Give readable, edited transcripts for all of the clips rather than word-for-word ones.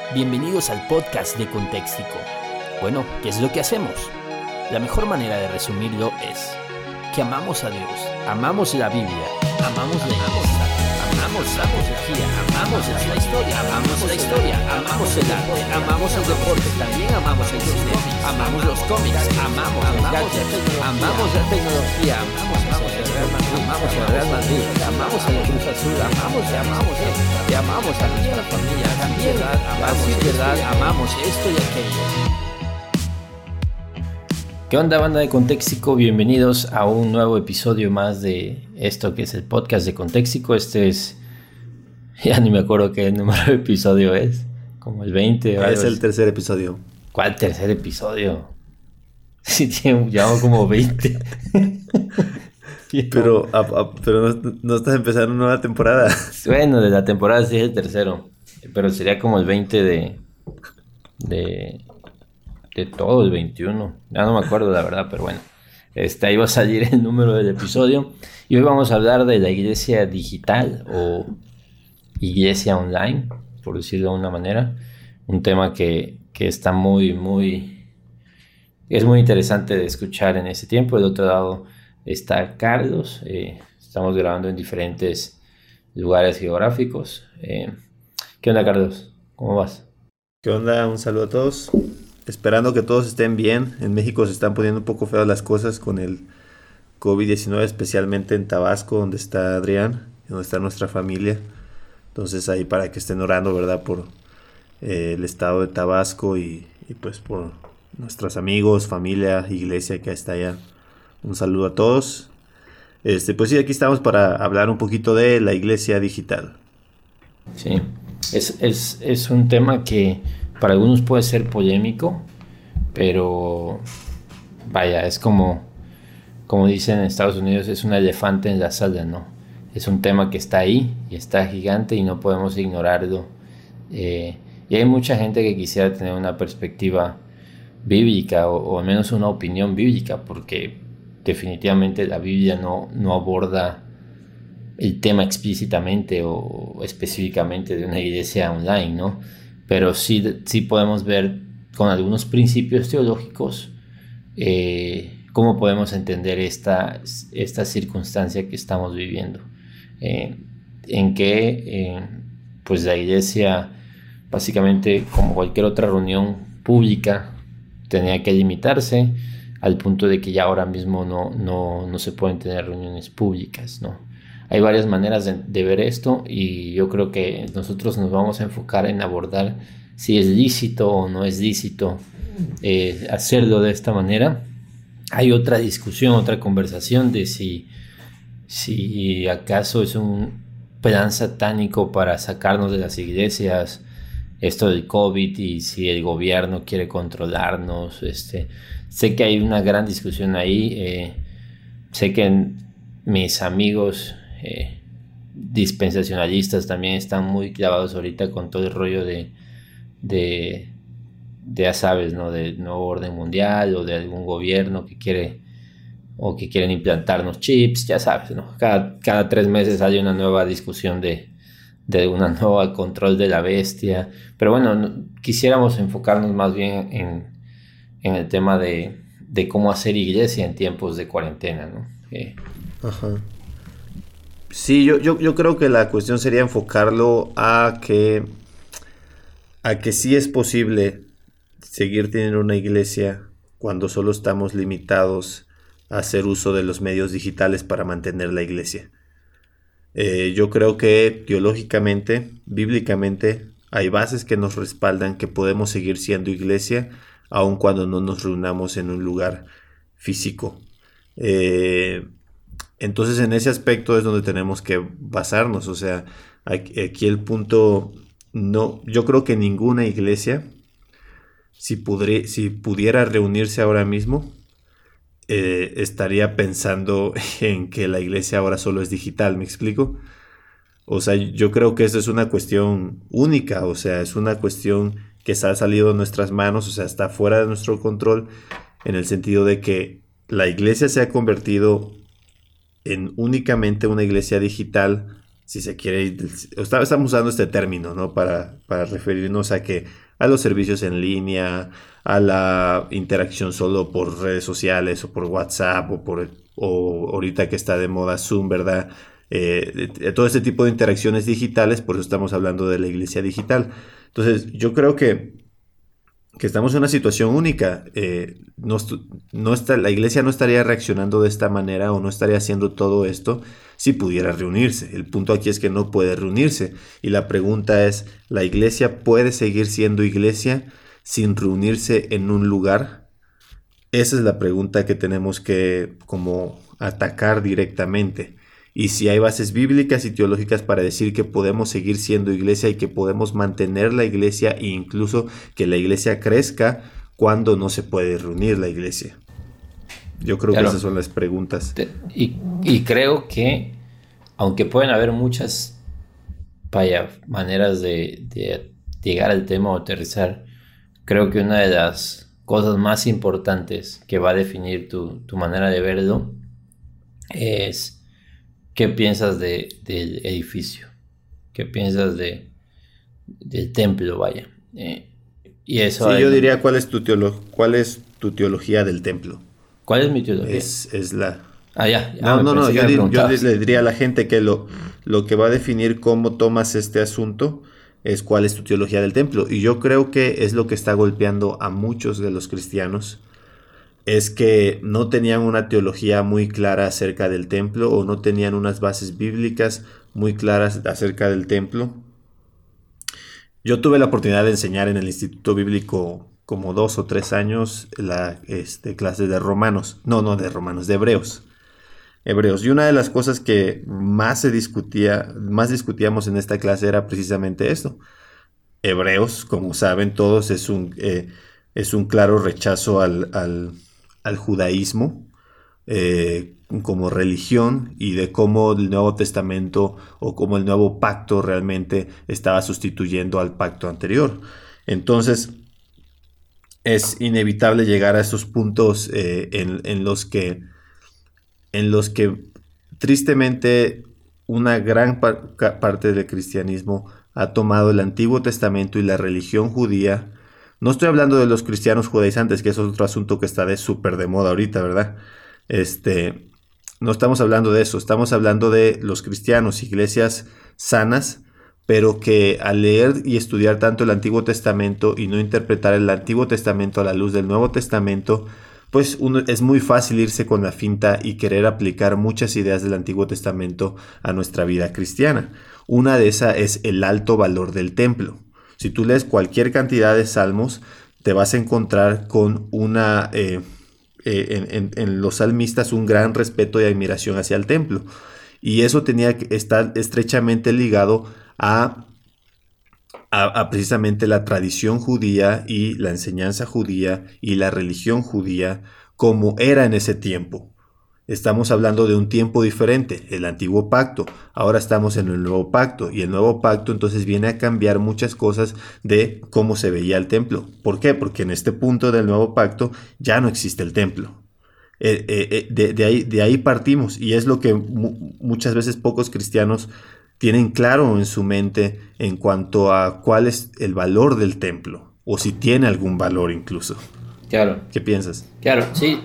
Bienvenidos al podcast de Contextico. Bueno, ¿qué es lo que hacemos? La mejor manera de resumirlo es que amamos a Dios, amamos la Biblia, amamos la iglesia, amamos la teología, amamos la historia, amamos el arte, amamos el deporte, también amamos el cine, amamos los cómics, amamos los gadgets, amamos la tecnología, amamos al Real Madrid, amamos a la Cruz Azul, y amamos a nuestra familia, también amamos esto y aquello. ¿Qué onda, banda de Contextico? Bienvenidos a un nuevo episodio más de esto que es el podcast de Contextico. Este es, ya ni me acuerdo qué número de episodio es, como el 20 o algo. Es el tercer episodio. ¿Cuál tercer episodio? Sí, llevamos como 20. Pero no estás empezando una nueva temporada. Bueno, de la temporada sí es el tercero, pero sería como el 20 de todo el 21. Ya no me acuerdo la verdad, pero bueno. Ahí va a salir el número del episodio. Y hoy vamos a hablar de la iglesia digital o iglesia online, por decirlo de una manera. Un tema que está es muy interesante de escuchar en este tiempo. Del otro lado está Carlos. Estamos grabando en diferentes lugares geográficos. ¿Qué onda, Carlos? ¿Cómo vas? ¿Qué onda? Un saludo a todos. Esperando que todos estén bien. En México se están poniendo un poco feas las cosas con el COVID-19, especialmente en Tabasco, donde está Adrián, donde está nuestra familia. Entonces ahí para que estén orando, ¿verdad? Por el estado de Tabasco y pues por nuestros amigos, familia, iglesia que está allá. Un saludo a todos. Pues sí, aquí estamos para hablar un poquito de la iglesia digital. Sí, es un tema que para algunos puede ser polémico, pero vaya, es como dicen en Estados Unidos, es un elefante en la sala, ¿no? Es un tema que está ahí y está gigante y no podemos ignorarlo. Y hay mucha gente que quisiera tener una perspectiva bíblica o al menos una opinión bíblica, porque definitivamente la Biblia no aborda el tema explícitamente o específicamente de una iglesia online, ¿no? Pero sí podemos ver con algunos principios teológicos cómo podemos entender esta circunstancia que estamos viviendo. En que pues la iglesia, básicamente como cualquier otra reunión pública, tenía que limitarse al punto de que ya ahora mismo no se pueden tener reuniones públicas, ¿no? Hay varias maneras de ver esto y yo creo que nosotros nos vamos a enfocar en abordar si es lícito o no es lícito hacerlo de esta manera. Hay otra discusión, otra conversación de si acaso es un plan satánico para sacarnos de las iglesias, esto del COVID, y si el gobierno quiere controlarnos. Sé que hay una gran discusión ahí. Sé que mis amigos dispensacionalistas también están muy clavados ahorita con todo el rollo de ya sabes, ¿no? Del nuevo orden mundial o de algún gobierno que quieren implantarnos chips, ya sabes, ¿no? Cada 3 meses hay una nueva discusión de una nueva control de la bestia. Pero bueno, quisiéramos enfocarnos más bien en el tema de cómo hacer iglesia en tiempos de cuarentena, ¿no? Ajá. Sí, yo creo que la cuestión sería enfocarlo a que sí es posible seguir teniendo una iglesia cuando solo estamos limitados a hacer uso de los medios digitales para mantener la iglesia. Yo creo que teológicamente, bíblicamente, hay bases que nos respaldan que podemos seguir siendo iglesia aun cuando no nos reunamos en un lugar físico. Entonces en ese aspecto es donde tenemos que basarnos. O sea, aquí el punto, no, yo creo que ninguna iglesia, si pudiera reunirse ahora mismo, estaría pensando en que la iglesia ahora solo es digital. ¿Me explico? O sea, yo creo que eso es una cuestión única. O sea, es una cuestión que se ha salido de nuestras manos. O sea, está fuera de nuestro control, en el sentido de que la iglesia se ha convertido en únicamente una iglesia digital si se quiere, estamos usando este término, ¿no? Para referirnos a los servicios en línea, a la interacción solo por redes sociales o por WhatsApp o ahorita que está de moda Zoom, ¿verdad? Todo este tipo de interacciones digitales, por eso estamos hablando de la iglesia digital. Entonces, yo creo que estamos en una situación única. La iglesia no estaría reaccionando de esta manera o no estaría haciendo todo esto si pudiera reunirse. El punto aquí es que no puede reunirse. Y la pregunta es, ¿la iglesia puede seguir siendo iglesia sin reunirse en un lugar? Esa es la pregunta que tenemos que como atacar directamente. Y si hay bases bíblicas y teológicas para decir que podemos seguir siendo iglesia y que podemos mantener la iglesia e incluso que la iglesia crezca cuando no se puede reunir la iglesia. Yo creo que esas son las preguntas. Y creo que, aunque pueden haber muchas maneras de llegar al tema o aterrizar, creo que una de las cosas más importantes que va a definir tu manera de verlo es qué piensas del edificio, qué piensas del templo, vaya. Y eso sí, yo diría, ¿cuál es tu teología del templo? ¿Cuál es mi teología? Es la... ya. No, yo le diría a la gente que lo que va a definir cómo tomas este asunto es cuál es tu teología del templo. Y yo creo que es lo que está golpeando a muchos de los cristianos, es que no tenían una teología muy clara acerca del templo o no tenían unas bases bíblicas muy claras acerca del templo. Yo tuve la oportunidad de enseñar en el Instituto Bíblico como 2 o 3 años la clase de de Hebreos. Y una de las cosas que más discutíamos en esta clase era precisamente esto. Hebreos, como saben todos, es un claro rechazo al judaísmo como religión y de cómo el Nuevo Testamento o cómo el Nuevo Pacto realmente estaba sustituyendo al pacto anterior. Entonces es inevitable llegar a esos puntos en los que tristemente una gran parte del cristianismo ha tomado el Antiguo Testamento y la religión judía. No estoy hablando de los cristianos judaizantes, que eso es otro asunto que está súper de moda ahorita, ¿verdad? No estamos hablando de eso, estamos hablando de los cristianos, iglesias sanas, pero que al leer y estudiar tanto el Antiguo Testamento y no interpretar el Antiguo Testamento a la luz del Nuevo Testamento, pues es muy fácil irse con la finta y querer aplicar muchas ideas del Antiguo Testamento a nuestra vida cristiana. Una de esas es el alto valor del templo. Si tú lees cualquier cantidad de salmos, te vas a encontrar con en los salmistas un gran respeto y admiración hacia el templo. Y eso tenía que estar estrechamente ligado a precisamente la tradición judía y la enseñanza judía y la religión judía como era en ese tiempo. Estamos hablando de un tiempo diferente, el antiguo pacto. Ahora estamos en el nuevo pacto y el nuevo pacto entonces viene a cambiar muchas cosas de cómo se veía el templo. ¿Por qué? Porque en este punto del nuevo pacto ya no existe el templo. De ahí partimos y es lo que muchas veces pocos cristianos tienen claro en su mente en cuanto a cuál es el valor del templo o si tiene algún valor incluso. Claro. ¿Qué piensas? Claro, sí.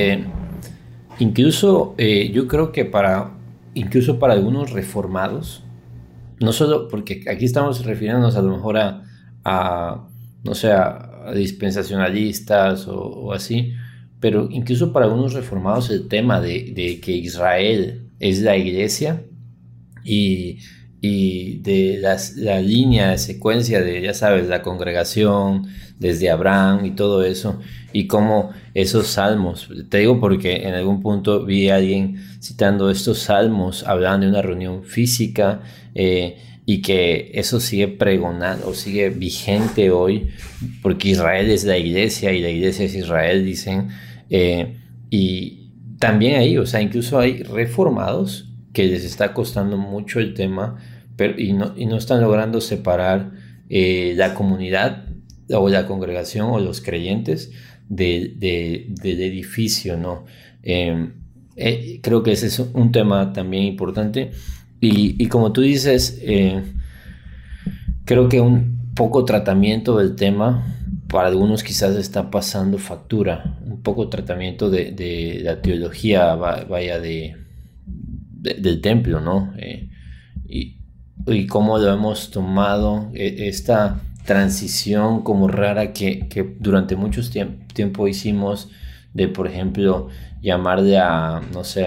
Incluso yo creo que incluso para algunos reformados, no solo porque aquí estamos refiriéndonos a lo mejor a dispensacionalistas o así, pero incluso para algunos reformados el tema de que Israel es la iglesia y de la línea de secuencia de, ya sabes, la congregación desde Abraham y todo eso, y cómo esos salmos, te digo porque en algún punto vi a alguien citando estos salmos, hablaban de una reunión física, y que eso sigue pregonando o sigue vigente hoy, porque Israel es la iglesia y la iglesia es Israel, dicen, y también ahí, o sea, incluso hay reformados que les está costando mucho el tema, y no están logrando separar la comunidad o la congregación o los creyentes del edificio, ¿no? Creo que ese es un tema también importante. Y como tú dices, creo que un poco tratamiento del tema para algunos quizás está pasando factura, un poco tratamiento de la teología, vaya, del templo, ¿no? Y, y cómo lo hemos tomado, esta transición como rara que durante mucho tiempo hicimos de, por ejemplo, llamarle a, no sé,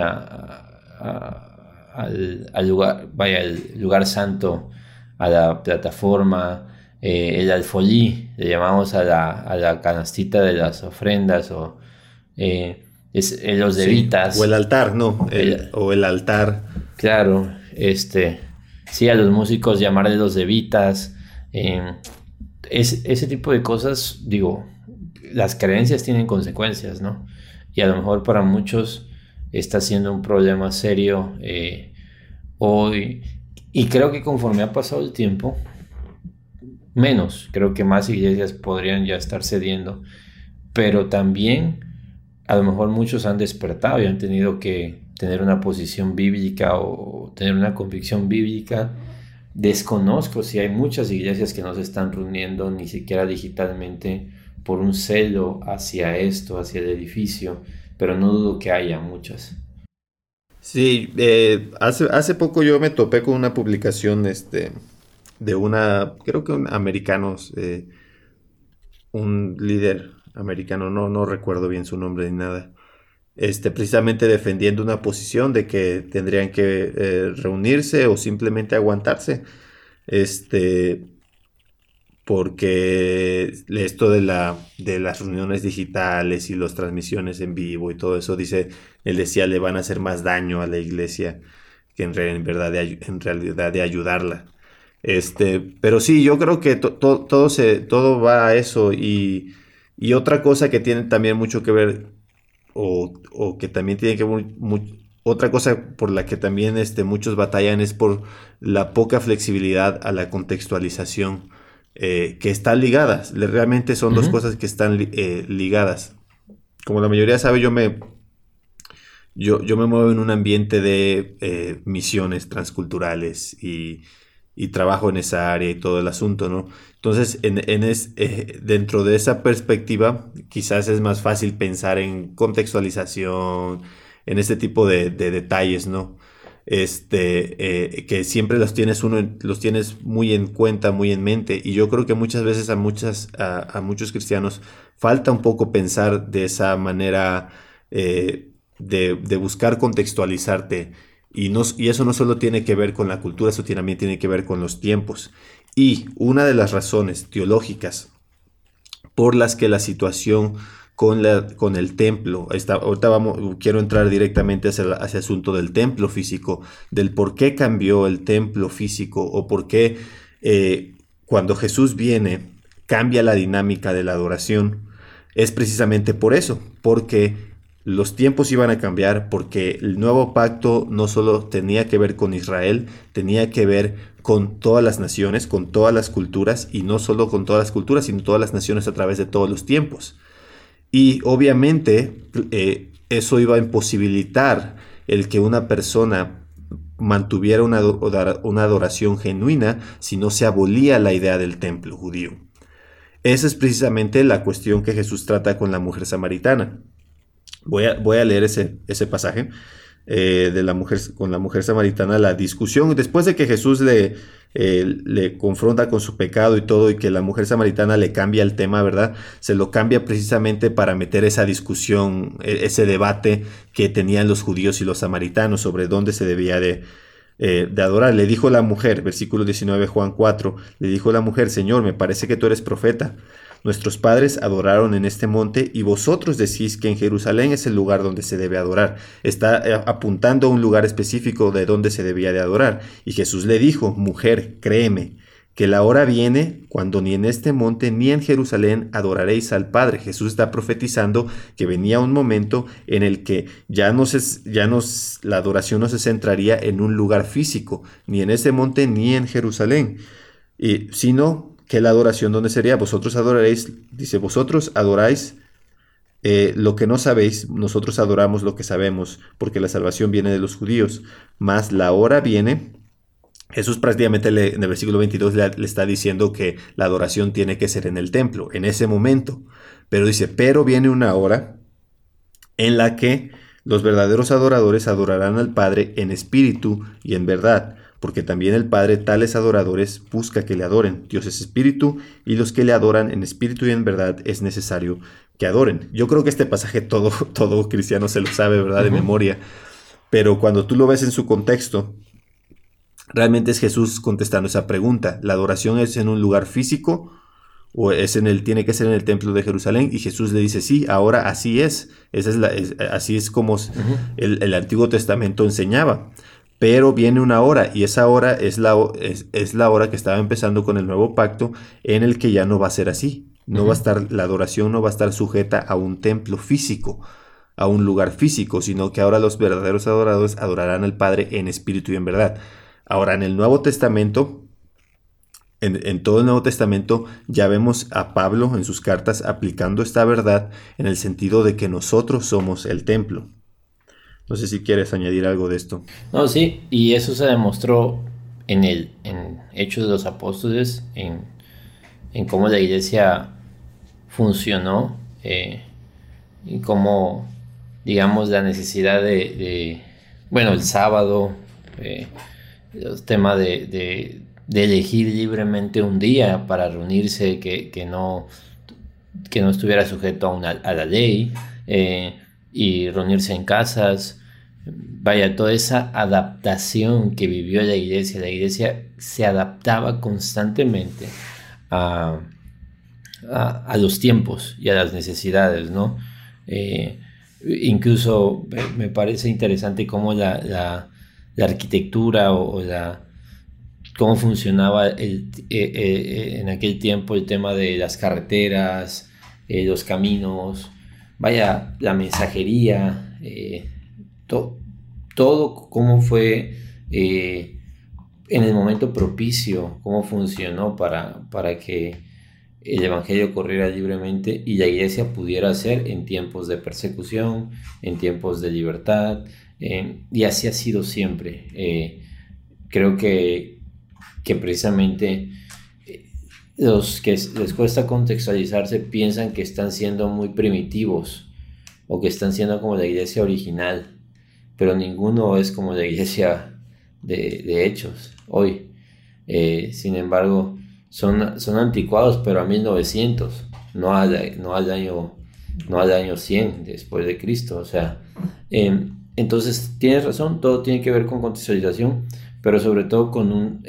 al lugar, vaya, el lugar santo, a la plataforma, el alfolí, le llamamos a la canastita de las ofrendas, o los Sí, o el levitas, altar, no, el, o el altar. claro, sí, a los músicos llamarle los levitas, eh, ese tipo de cosas, digo, las creencias tienen consecuencias, ¿no? Y a lo mejor para muchos está siendo un problema serio hoy. Y creo que conforme ha pasado el tiempo, menos, creo que más iglesias podrían ya estar cediendo. Pero también a lo mejor muchos han despertado y han tenido que tener una posición bíblica o tener una convicción bíblica. Desconozco si hay muchas iglesias que no se están reuniendo ni siquiera digitalmente por un celo hacia esto, hacia el edificio, pero no dudo que haya muchas. Sí, hace poco yo me topé con una publicación de creo que un americanos, un líder americano, no recuerdo bien su nombre ni nada, precisamente defendiendo una posición de que tendrían que reunirse o simplemente aguantarse, este, porque esto de las reuniones digitales y las transmisiones en vivo y todo eso, él decía, le van a hacer más daño a la iglesia que en realidad de ayudarla. Pero sí, yo creo que todo va a eso y otra cosa que tiene también mucho que ver o que también tiene que ver otra cosa por la que también muchos batallan es por la poca flexibilidad a la contextualización que están ligadas. Realmente son dos Ujú. cosas que están ligadas. Como la mayoría sabe, yo me muevo en un ambiente de misiones transculturales y trabajo en esa área y todo el asunto, ¿no? Entonces, dentro de esa perspectiva, quizás es más fácil pensar en contextualización, en este tipo de detalles, ¿no? Que siempre los tienes muy en cuenta, muy en mente, y yo creo que muchas veces a muchos cristianos falta un poco pensar de esa manera de buscar contextualizarte y eso no solo tiene que ver con la cultura, eso también tiene que ver con los tiempos. Y una de las razones teológicas por las que la situación con el templo, ahorita quiero entrar directamente hacia el asunto del templo físico, del por qué cambió el templo físico o por qué cuando Jesús viene cambia la dinámica de la adoración, es precisamente por eso, porque los tiempos iban a cambiar, porque el nuevo pacto no solo tenía que ver con Israel, tenía que ver con todas las naciones, con todas las culturas, y no solo con todas las culturas, sino todas las naciones a través de todos los tiempos. Y obviamente eso iba a imposibilitar el que una persona mantuviera una adoración genuina si no se abolía la idea del templo judío. Esa es precisamente la cuestión que Jesús trata con la mujer samaritana. Voy a leer ese pasaje de la mujer, con la mujer samaritana, la discusión, después de que Jesús le confronta con su pecado y todo, y que la mujer samaritana le cambia el tema, ¿verdad? Se lo cambia precisamente para meter esa discusión, ese debate que tenían los judíos y los samaritanos sobre dónde se debía de adorar. Le dijo la mujer, versículo 19, Juan 4, le dijo la mujer: Señor, me parece que tú eres profeta. Nuestros padres adoraron en este monte y vosotros decís que en Jerusalén es el lugar donde se debe adorar. Está apuntando a un lugar específico de donde se debía de adorar. Y Jesús le dijo: Mujer, créeme, que la hora viene cuando ni en este monte ni en Jerusalén adoraréis al Padre. Jesús está profetizando que venía un momento en el que la adoración no se centraría en un lugar físico, ni en ese monte ni en Jerusalén, sino que la adoración, ¿dónde sería? Vosotros adoraréis, dice, vosotros adoráis lo que no sabéis, nosotros adoramos lo que sabemos, porque la salvación viene de los judíos. Mas la hora viene Jesús prácticamente en el versículo 22 le está diciendo que la adoración tiene que ser en el templo, en ese momento. Pero dice, pero viene una hora en la que los verdaderos adoradores adorarán al Padre en espíritu y en verdad, porque también el Padre tales adoradores busca que le adoren. Dios es espíritu, y los que le adoran en espíritu y en verdad es necesario que adoren. Yo creo que este pasaje todo cristiano se lo sabe, ¿verdad? De memoria. Pero cuando tú lo ves en su contexto, realmente es Jesús contestando esa pregunta. ¿La adoración es en un lugar físico o tiene que ser en el templo de Jerusalén? Y Jesús le dice, sí, ahora así es. Así es como el Antiguo Testamento enseñaba. Pero viene una hora, y esa hora es la hora que estaba empezando con el nuevo pacto, en el que ya no va a ser así. No va a estar, la adoración no va a estar sujeta a un templo físico, a un lugar físico, sino que ahora los verdaderos adoradores adorarán al Padre en espíritu y en verdad. Ahora, en el Nuevo Testamento, en todo el Nuevo Testamento, ya vemos a Pablo en sus cartas aplicando esta verdad en el sentido de que nosotros somos el templo. No sé si quieres añadir algo de esto. No, sí, y eso se demostró en Hechos de los Apóstoles, en cómo la iglesia funcionó, y cómo, digamos, la necesidad bueno, el sábado, el tema de elegir libremente un día para reunirse que no estuviera sujeto a la ley, y reunirse en casas. Vaya, toda esa adaptación que vivió la iglesia se adaptaba constantemente a los tiempos y a las necesidades, ¿no? Incluso me parece interesante cómo la arquitectura cómo funcionaba en aquel tiempo el tema de las carreteras, los caminos, vaya, la mensajería, todo cómo fue en el momento propicio, cómo funcionó para que el evangelio corriera libremente y la iglesia pudiera ser en tiempos de persecución, en tiempos de libertad, y así ha sido siempre. Creo que precisamente los que les cuesta contextualizarse piensan que están siendo muy primitivos o que están siendo como la iglesia original, pero ninguno es como la iglesia de Hechos hoy. Sin embargo, son anticuados, pero a 1900, no al año 100 después de Cristo. O sea, entonces tienes razón, todo tiene que ver con contextualización, pero sobre todo con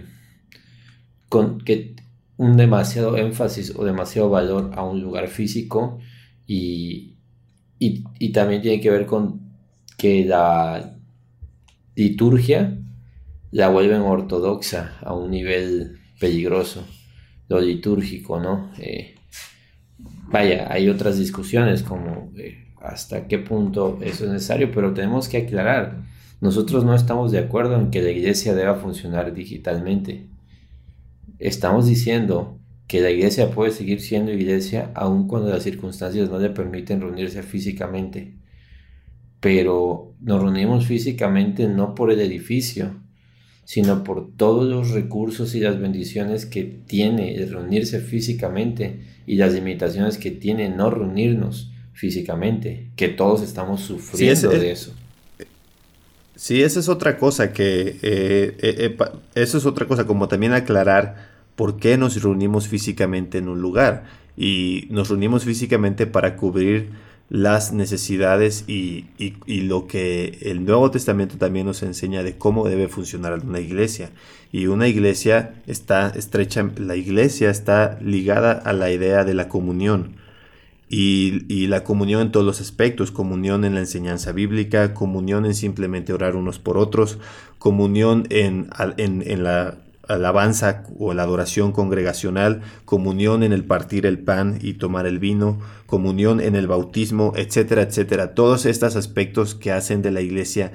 un demasiado énfasis o demasiado valor a un lugar físico, y también tiene que ver con que la liturgia la vuelven ortodoxa a un nivel peligroso, lo litúrgico, ¿no? Vaya, hay otras discusiones como hasta qué punto eso es necesario, pero tenemos que aclarar, nosotros no estamos de acuerdo en que la iglesia deba funcionar digitalmente. Estamos diciendo que la iglesia puede seguir siendo iglesia aun cuando las circunstancias no le permiten reunirse físicamente. Pero nos reunimos físicamente no por el edificio, sino por todos los recursos y las bendiciones que tiene el reunirse físicamente y las limitaciones que tiene no reunirnos físicamente, que todos estamos sufriendo de eso. Sí, esa es otra cosa eso es otra cosa, como también aclarar por qué nos reunimos físicamente en un lugar. Y nos reunimos físicamente para cubrir las necesidades y lo que el Nuevo Testamento también nos enseña de cómo debe funcionar una iglesia. Y una iglesia la iglesia está ligada a la idea de la comunión. Y la comunión en todos los aspectos, comunión en la enseñanza bíblica, comunión en simplemente orar unos por otros, comunión en la alabanza o la adoración congregacional, comunión en el partir el pan y tomar el vino, comunión en el bautismo, etcétera, etcétera. Todos estos aspectos que hacen de la iglesia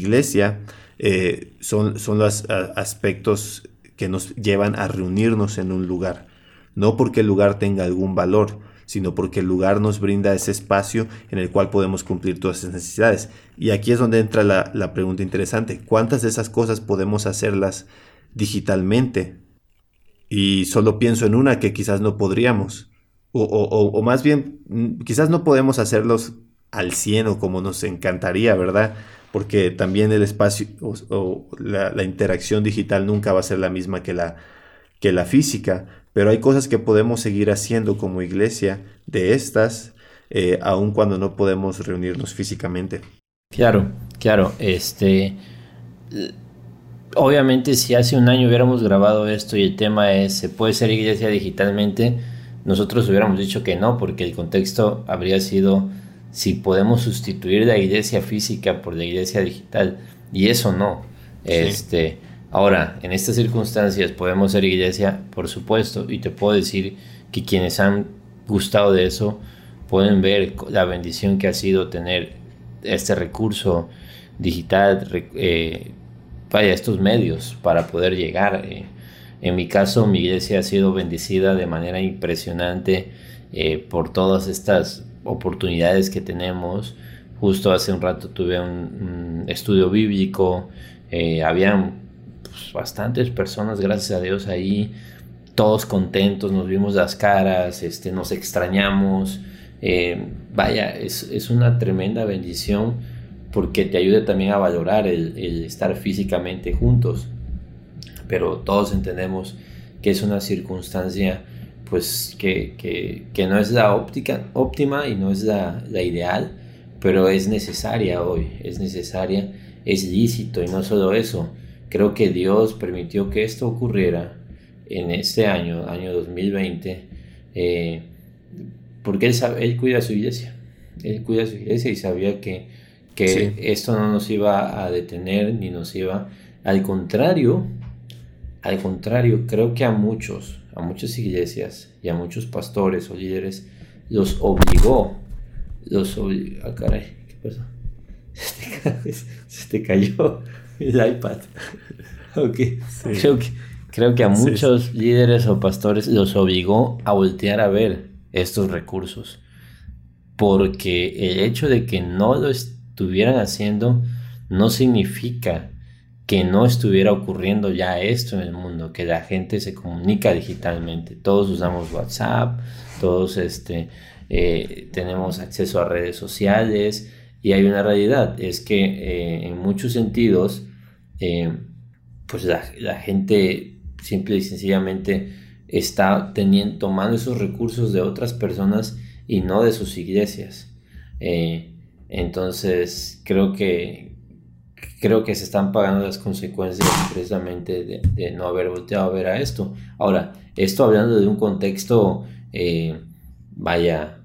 son los aspectos que nos llevan a reunirnos en un lugar. No porque el lugar tenga algún valor, sino porque el lugar nos brinda ese espacio en el cual podemos cumplir todas esas necesidades. Y aquí es donde entra la pregunta interesante. ¿Cuántas de esas cosas podemos hacerlas digitalmente. Y solo pienso en una que quizás no podríamos. O más bien, quizás no podemos hacerlos al 100 o como nos encantaría, ¿verdad? Porque también el espacio o la interacción digital nunca va a ser la misma que la física, pero hay cosas que podemos seguir haciendo como iglesia de estas, aun cuando no podemos reunirnos físicamente. Claro, claro, obviamente si hace un año hubiéramos grabado esto y el tema es, ¿se puede ser iglesia digitalmente? Nosotros hubiéramos dicho que no, porque el contexto habría sido si podemos sustituir la iglesia física por la iglesia digital, y eso no. Sí. Ahora, en estas circunstancias podemos ser iglesia, por supuesto, y te puedo decir que quienes han gustado de eso pueden ver la bendición que ha sido tener este recurso digital, vaya, estos medios para poder llegar. En mi caso, mi iglesia ha sido bendecida de manera impresionante por todas estas oportunidades que tenemos. Justo hace un rato tuve un estudio bíblico, habían pues, bastantes personas, gracias a Dios, ahí, todos contentos, nos vimos las caras, nos extrañamos. Vaya, es una tremenda bendición porque te ayuda también a valorar el estar físicamente juntos, pero todos entendemos que es una circunstancia pues que no es la óptima y no es la ideal, pero es necesaria hoy, es necesaria, es lícito. Y no solo eso, creo que Dios permitió que esto ocurriera en este año 2020, porque Él cuida a su iglesia, Él cuida a su iglesia y sabía que Sí. esto no nos iba a detener ni nos iba, al contrario, creo que a muchas iglesias y a muchos pastores o líderes los obligó, ah, caray, ¿qué pasó? Se te cayó el iPad. Ok, Sí. creo que a Sí. muchos líderes o pastores los obligó a voltear a ver estos recursos, porque el hecho de que no lo estuvieran haciendo no significa que no estuviera ocurriendo ya esto en el mundo, que la gente se comunica digitalmente. Todos usamos WhatsApp, todos tenemos acceso a redes sociales, y hay una realidad, es que en muchos sentidos, pues la gente simple y sencillamente está tomando esos recursos de otras personas y no de sus iglesias. Entonces creo que se están pagando las consecuencias precisamente de no haber volteado a ver a esto. Ahora, esto hablando de un contexto, vaya,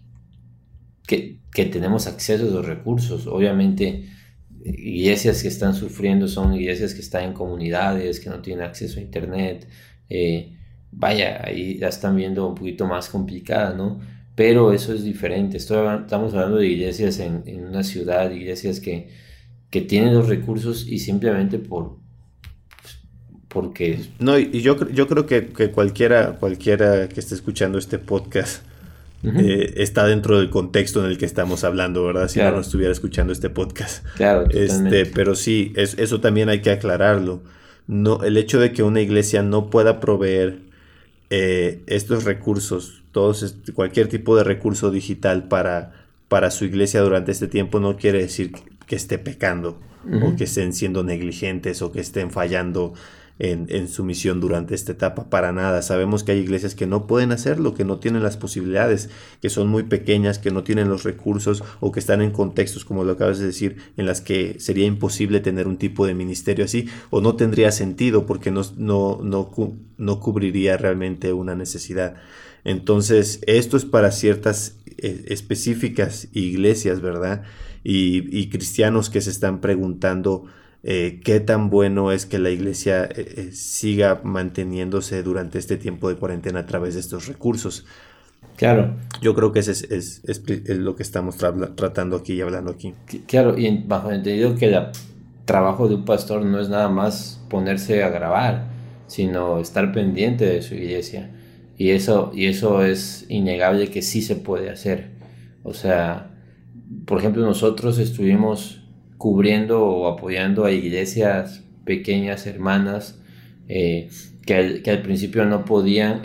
que tenemos acceso a los recursos. Obviamente, iglesias que están sufriendo son iglesias que están en comunidades, que no tienen acceso a internet. Vaya, ahí la están viendo un poquito más complicada, ¿no? Pero eso es diferente. Estamos hablando de iglesias en una ciudad, iglesias que tienen los recursos y simplemente porque... No, y yo creo que cualquiera que esté escuchando este podcast Ujú. está dentro del contexto en el que estamos hablando, ¿verdad? Si no, no Claro, estuviera escuchando este podcast. claro, totalmente. Pero sí, eso también hay que aclararlo. No, el hecho de que una iglesia no pueda proveer estos recursos, cualquier tipo de recurso digital para su iglesia durante este tiempo no quiere decir que esté pecando o Ujú. que estén siendo negligentes o que estén fallando en su misión durante esta etapa. Para nada. Sabemos que hay iglesias que no pueden hacerlo, que no tienen las posibilidades, que son muy pequeñas, que no tienen los recursos o que están en contextos, como lo acabas de decir, en las que sería imposible tener un tipo de ministerio así o no tendría sentido porque no cubriría realmente una necesidad. Entonces, esto es para ciertas específicas iglesias, ¿verdad? Y cristianos que se están preguntando qué tan bueno es que la iglesia siga manteniéndose durante este tiempo de cuarentena a través de estos recursos. Claro, Yo creo que ese es lo que estamos tratando aquí y hablando aquí. claro, y bajo entendido que el trabajo de un pastor no es nada más ponerse a grabar, sino estar pendiente de su iglesia. Y eso es innegable que sí se puede hacer. O sea, por ejemplo, nosotros estuvimos cubriendo o apoyando a iglesias pequeñas, hermanas, que al principio no podían,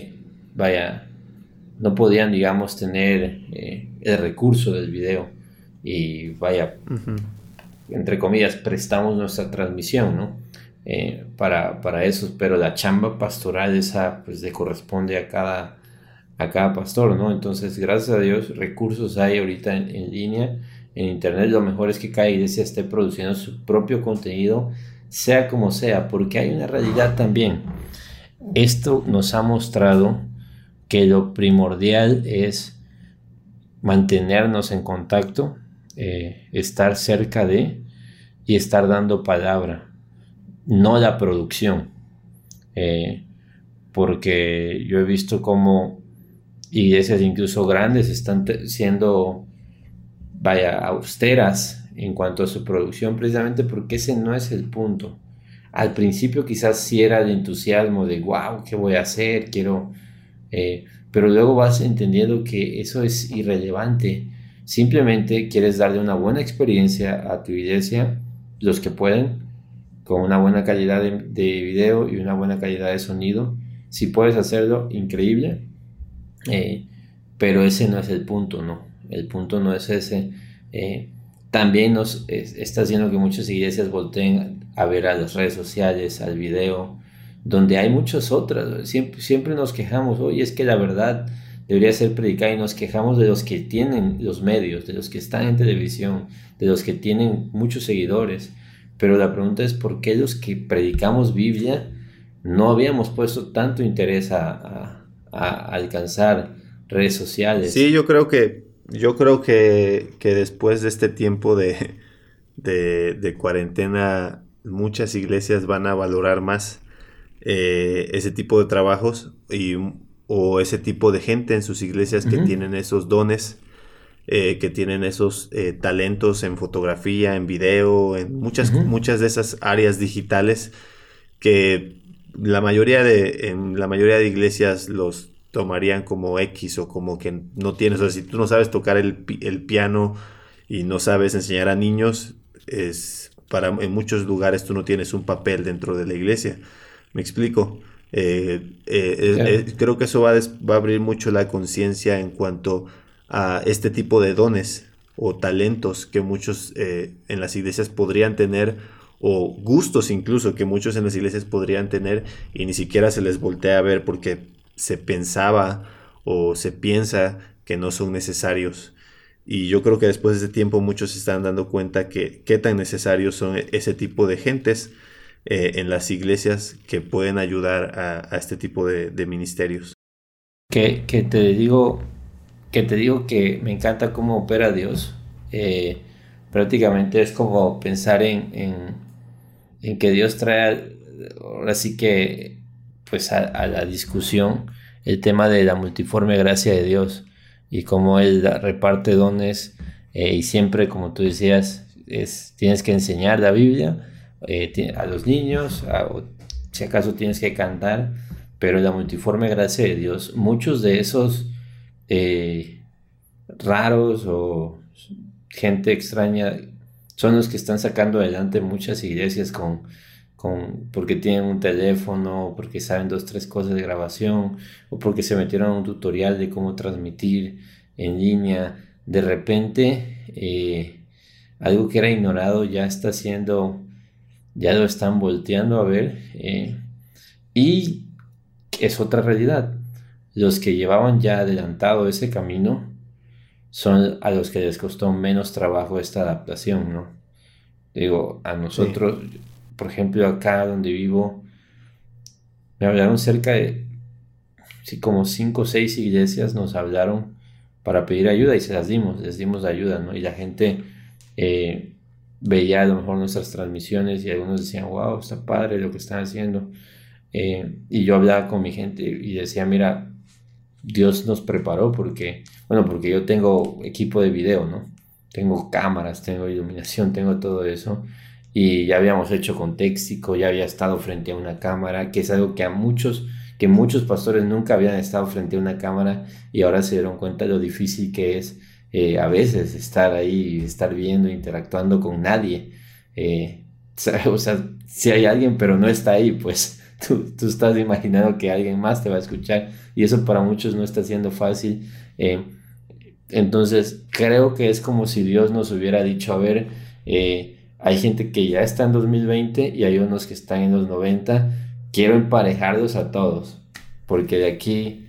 no podían, digamos, tener el recurso del video. Y entre comillas, prestamos nuestra transmisión, ¿no? Para eso, pero la chamba pastoral esa pues le corresponde a cada pastor, ¿no? Entonces, gracias a Dios, recursos hay ahorita en línea, en internet. Lo mejor es que cada iglesia esté produciendo su propio contenido, sea como sea, porque hay una realidad también. Esto nos ha mostrado que lo primordial es mantenernos en contacto, estar cerca de y estar dando palabra, no la producción, porque yo he visto cómo iglesias incluso grandes están siendo austeras en cuanto a su producción, precisamente porque ese no es el punto. Al principio quizás sí era el entusiasmo de wow, ¿qué voy a hacer? Quiero, pero luego vas entendiendo que eso es irrelevante. Simplemente quieres darle una buena experiencia a tu iglesia, los que pueden, con una buena calidad de video y una buena calidad de sonido. Si puedes hacerlo, increíble, pero ese no es el punto, ¿no? El punto no es ese. También está haciendo que muchas iglesias volteen a ver a las redes sociales, al video, donde hay muchas otras. Siempre nos quejamos, oye, es que la verdad debería ser predicada, y nos quejamos de los que tienen los medios, de los que están en televisión, de los que tienen muchos seguidores. Pero la pregunta es, ¿por qué los que predicamos Biblia no habíamos puesto tanto interés a alcanzar redes sociales? Sí, yo creo que después de este tiempo de cuarentena, muchas iglesias van a valorar más ese tipo de trabajos o ese tipo de gente en sus iglesias que tienen esos dones, que tienen esos talentos en fotografía, en video, en muchas de esas áreas digitales que en la mayoría de iglesias los tomarían como X, o como que no tienes. O sea, si tú no sabes tocar el piano y no sabes enseñar a niños, en muchos lugares tú no tienes un papel dentro de la iglesia. ¿Me explico? Creo que eso va a abrir mucho la conciencia en cuanto a este tipo de dones o talentos que muchos en las iglesias podrían tener, o gustos incluso que muchos en las iglesias podrían tener, y ni siquiera se les voltea a ver porque se pensaba o se piensa que no son necesarios. Y yo creo que después de ese tiempo muchos se están dando cuenta que qué tan necesarios son ese tipo de gentes en las iglesias que pueden ayudar a este tipo de ministerios. Que te digo que me encanta cómo opera Dios. Prácticamente es como pensar en que Dios trae, ahora sí que, pues a la discusión, el tema de la multiforme gracia de Dios y cómo Él reparte dones, y siempre, como tú decías, tienes que enseñar la Biblia a los niños, o si acaso tienes que cantar, pero la multiforme gracia de Dios, muchos de esos raros o gente extraña son los que están sacando adelante muchas iglesias porque tienen un teléfono, porque saben 2-3 cosas de grabación, o porque se metieron a un tutorial de cómo transmitir en línea. De repente algo que era ignorado ya lo están volteando a ver, y es otra realidad. Los que llevaban ya adelantado ese camino son a los que les costó menos trabajo esta adaptación, ¿no? Digo, a nosotros, sí. Por ejemplo, acá donde vivo, me hablaron cerca de, sí, como 5 o 6 iglesias nos hablaron para pedir ayuda, y les dimos ayuda, ¿no? Y la gente veía a lo mejor nuestras transmisiones, y algunos decían, wow, está padre lo que están haciendo. Y yo hablaba con mi gente y decía, mira, Dios nos preparó porque yo tengo equipo de video, ¿no? Tengo cámaras, tengo iluminación, tengo todo eso, y ya habíamos hecho contextico, ya había estado frente a una cámara, que es algo que muchos pastores nunca habían estado frente a una cámara, y ahora se dieron cuenta de lo difícil que es a veces estar ahí, estar viendo, interactuando con nadie. O sea, si hay alguien pero no está ahí, pues tú estás imaginando que alguien más te va a escuchar y eso para muchos no está siendo fácil. Eh, entonces creo que es como si Dios nos hubiera dicho, a ver, hay gente que ya está en 2020 y hay unos que están en los 90, quiero emparejarlos a todos, porque de aquí,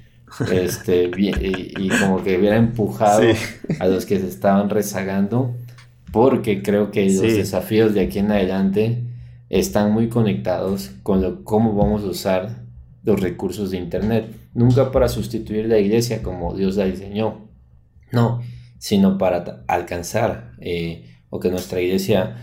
y como que hubiera Sí, empujado a los que se estaban rezagando, porque creo que los sí, desafíos de aquí en adelante están muy conectados con cómo vamos a usar los recursos de Internet, nunca para sustituir la iglesia como Dios la diseñó, no, sino para alcanzar o que nuestra iglesia,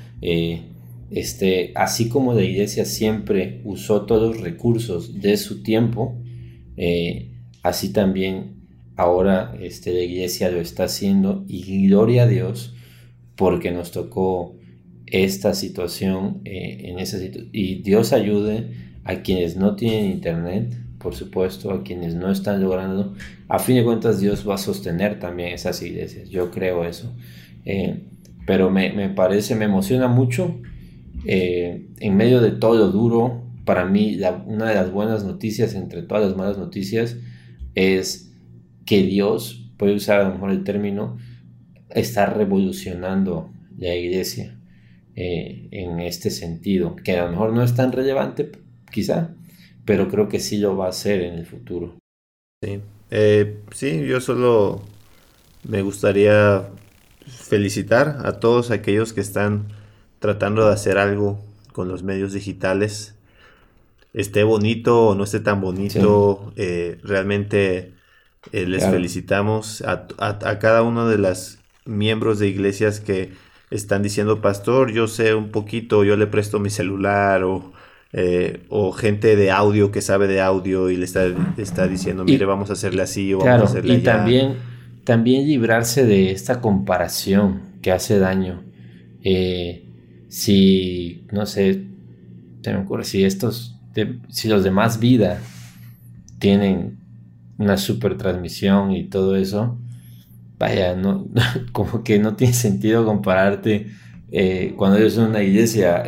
así como la iglesia siempre usó todos los recursos de su tiempo, así también ahora la iglesia lo está haciendo y gloria a Dios porque nos tocó esta situación y Dios ayude a quienes no tienen internet, por supuesto, a quienes no están logrando. A fin de cuentas, Dios va a sostener también esas iglesias. Yo creo eso. Eh, pero me parece, me emociona mucho. En medio de todo lo duro, para mí, una de las buenas noticias entre todas las malas noticias es que Dios, puede usar a lo mejor el término, está revolucionando la iglesia en este sentido, que a lo mejor no es tan relevante, quizá, pero creo que sí lo va a hacer en el futuro. sí. Sí, yo solo me gustaría felicitar a todos aquellos que están tratando de hacer algo con los medios digitales. Esté bonito o no esté tan Sí, bonito, realmente les claro. felicitamos a cada uno de los miembros de iglesias que están diciendo, pastor, yo sé un poquito, yo le presto mi celular, o gente de audio que sabe de audio y está diciendo, mire, Y, vamos a hacerle y- así o vamos a claro, hacerle y allá. también librarse de esta comparación que hace daño. Si, no sé, se me ocurre, si los demás vida tienen una super transmisión y todo eso, vaya, no, como que no tiene sentido compararte cuando eres una iglesia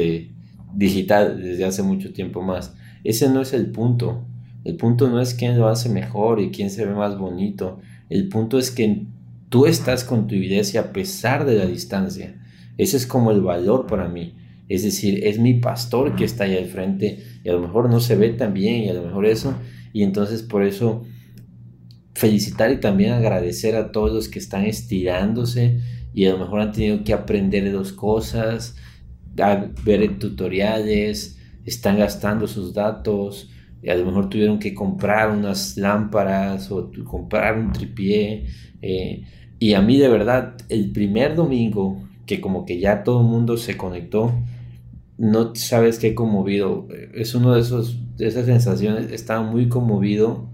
digital desde hace mucho tiempo más. Ese no es el punto. El punto no es quién lo hace mejor y quién se ve más bonito. El punto es que tú estás con tu iglesia a pesar de la distancia. Ese es como el valor para mí. Es decir, es mi pastor que está ahí al frente y a lo mejor no se ve tan bien y a lo mejor eso. Y entonces por eso felicitar y también agradecer a todos los que están estirándose y a lo mejor han tenido que aprender dos cosas, a ver tutoriales, están gastando sus datos, y a lo mejor tuvieron que comprar unas lámparas o comprar un tripié. eh, y a mí de verdad, el primer domingo que como que ya todo el mundo se conectó, no sabes qué conmovido, es uno de esas sensaciones, estaba muy conmovido,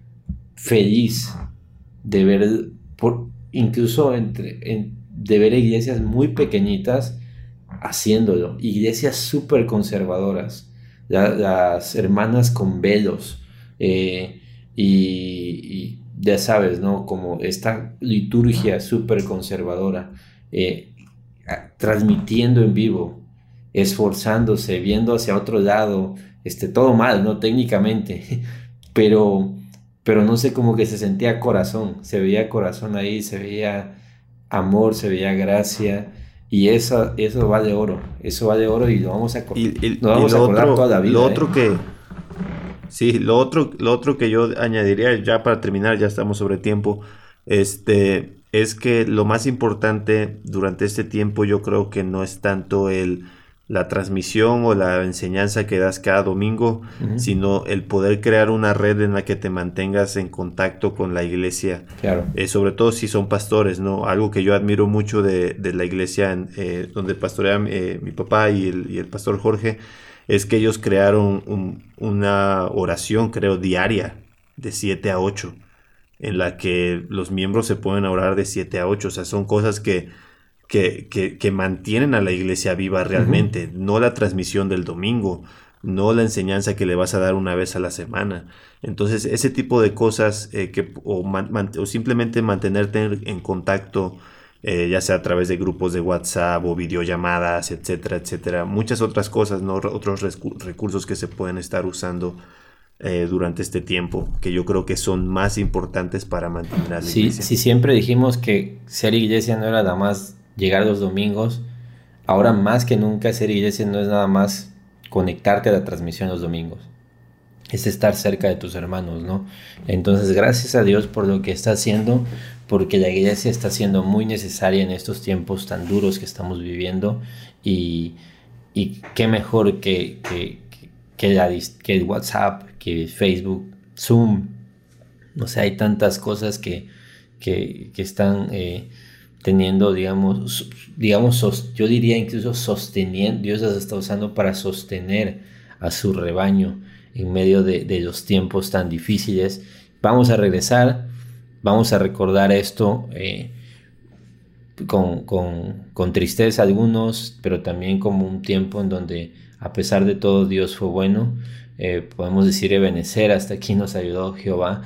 feliz de ver, incluso de ver iglesias muy pequeñitas haciéndolo, iglesias súper conservadoras, las hermanas con velos, eh, y ya sabes, ¿no? Como esta liturgia súper conservadora, eh, transmitiendo en vivo, esforzándose, viendo hacia otro lado, todo mal, ¿no? Técnicamente, pero, pero no sé, como que se sentía corazón, se veía corazón ahí, se veía amor, se veía gracia, y eso vale oro y nos Y vamos a acordar toda la lo vida, ¿eh? otro que, sí, lo otro que yo añadiría, ya para terminar, ya estamos sobre tiempo, es que lo más importante durante este tiempo yo creo que no es tanto la transmisión o la enseñanza que das cada domingo, Ujú. sino el poder crear una red en la que te mantengas en contacto con la iglesia, Claro. sobre todo si son pastores, ¿no? Algo que yo admiro mucho de la iglesia donde pastorea mi papá y el pastor Jorge, es que ellos crearon una oración, creo, diaria de 7 a 8 en la que los miembros se pueden orar de 7 a 8. O sea, son cosas que mantienen a la iglesia viva Ujú. realmente, no la transmisión del domingo, no la enseñanza que le vas a dar una vez a la semana. Entonces, ese tipo de cosas o simplemente mantenerte en contacto ya sea a través de grupos de WhatsApp o videollamadas, etcétera, etcétera. Muchas otras cosas, ¿no? Otros recursos que se pueden estar usando durante este tiempo, que yo creo que son más importantes para mantener a la iglesia. Sí, siempre dijimos que ser iglesia no era nada más llegar los domingos. Ahora más que nunca ser iglesia no es nada más conectarte a la transmisión los domingos. Es estar cerca de tus hermanos, ¿no? Entonces, gracias a Dios por lo que está haciendo, porque la iglesia está siendo muy necesaria en estos tiempos tan duros que estamos viviendo, y qué mejor que WhatsApp, que Facebook, Zoom. O sea, hay tantas cosas que están teniendo, digamos, yo diría incluso sosteniendo, Dios las está usando para sostener a su rebaño en medio de los tiempos tan difíciles. Vamos a regresar, vamos a recordar esto con tristeza algunos, pero también como un tiempo en donde a pesar de todo Dios fue bueno. Podemos decir Ebenezer, hasta aquí nos ayudó Jehová,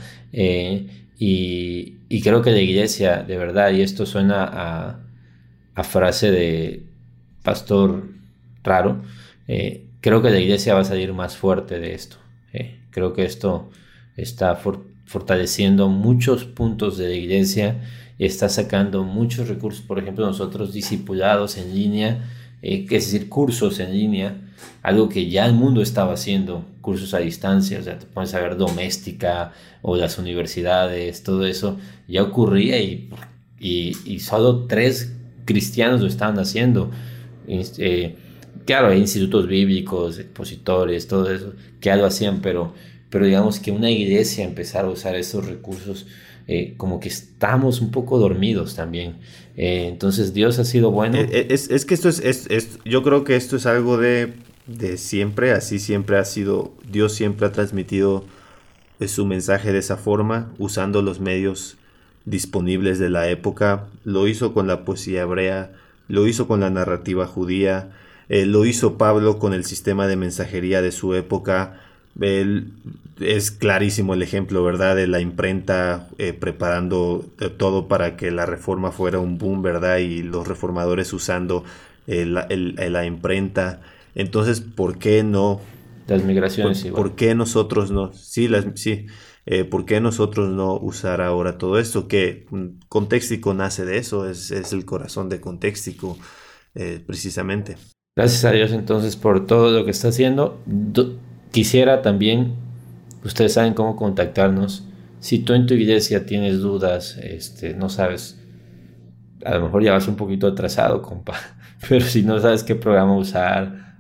y creo que la iglesia, de verdad, y esto suena a frase de pastor raro, creo que la iglesia va a salir más fuerte de esto. Creo que esto está fortaleciendo muchos puntos de la iglesia, está sacando muchos recursos. Por ejemplo, nosotros discipulados en línea, es decir, cursos en línea, algo que ya el mundo estaba haciendo, cursos a distancia, o sea, te pones a ver doméstica o las universidades, todo eso ya ocurría, y solo 3 cristianos lo estaban haciendo. Claro, hay institutos bíblicos, expositores, todo eso, que algo hacían, pero digamos que una iglesia empezar a usar esos recursos, como que estamos un poco dormidos también. Entonces Dios ha sido bueno. Es que esto yo creo que esto es algo de siempre, así siempre ha sido. Dios siempre ha transmitido su mensaje de esa forma, usando los medios disponibles de la época. Lo hizo con la poesía hebrea, lo hizo con la narrativa judía, lo hizo Pablo con el sistema de mensajería de su época. Es clarísimo el ejemplo, ¿verdad? De la imprenta, preparando todo para que la reforma fuera un boom, ¿verdad? Y los reformadores usando la imprenta. Entonces, ¿por qué no? Las migraciones igual. ¿Por qué nosotros no? Sí, ¿por qué nosotros no usar ahora todo esto? Que Contextico nace de eso, es el corazón de Contextico, precisamente. Gracias a Dios entonces por todo lo que está haciendo. Quisiera también, ustedes saben cómo contactarnos. Si tú en tu iglesia tienes dudas, no sabes, a lo mejor ya vas un poquito atrasado, compa, pero si no sabes qué programa usar,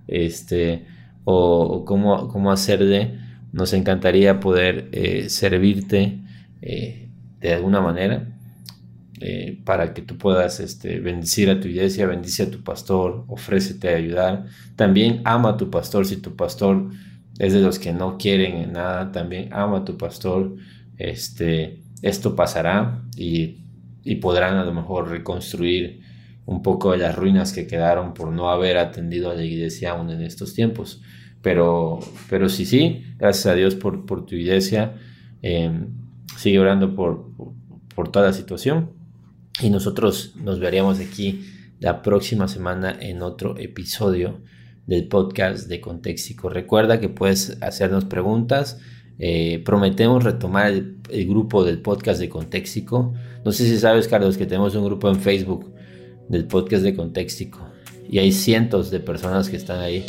o cómo hacerle, nos encantaría poder servirte de alguna manera, para que tú puedas bendecir a tu iglesia, bendice a tu pastor, ofrécete a ayudar. También ama a tu pastor. Si tu pastor es de los que no quieren nada, también ama a tu pastor. Esto pasará, y podrán a lo mejor reconstruir un poco de las ruinas que quedaron por no haber atendido a la iglesia aún en estos tiempos. Pero sí, gracias a Dios por tu iglesia. Sigue orando por toda la situación, y nosotros nos veríamos aquí la próxima semana en otro episodio del podcast de Contextico. Recuerda que puedes hacernos preguntas. Prometemos retomar el grupo del podcast de Contextico. No sé si sabes, Carlos, que tenemos un grupo en Facebook del podcast de Contextico, y hay cientos de personas que están ahí.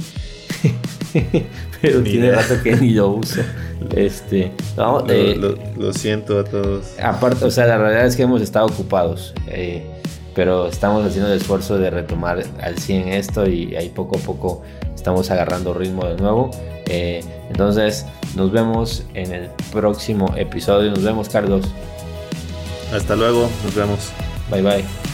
Pero tiene rato que ni lo uso. Lo siento a todos. Aparte, o sea, la realidad es que hemos estado ocupados, pero estamos haciendo el esfuerzo de retomar al 100 esto, y ahí poco a poco estamos agarrando ritmo de nuevo. Entonces nos vemos en el próximo episodio. Nos vemos, Carlos. Hasta luego, nos vemos. Bye bye.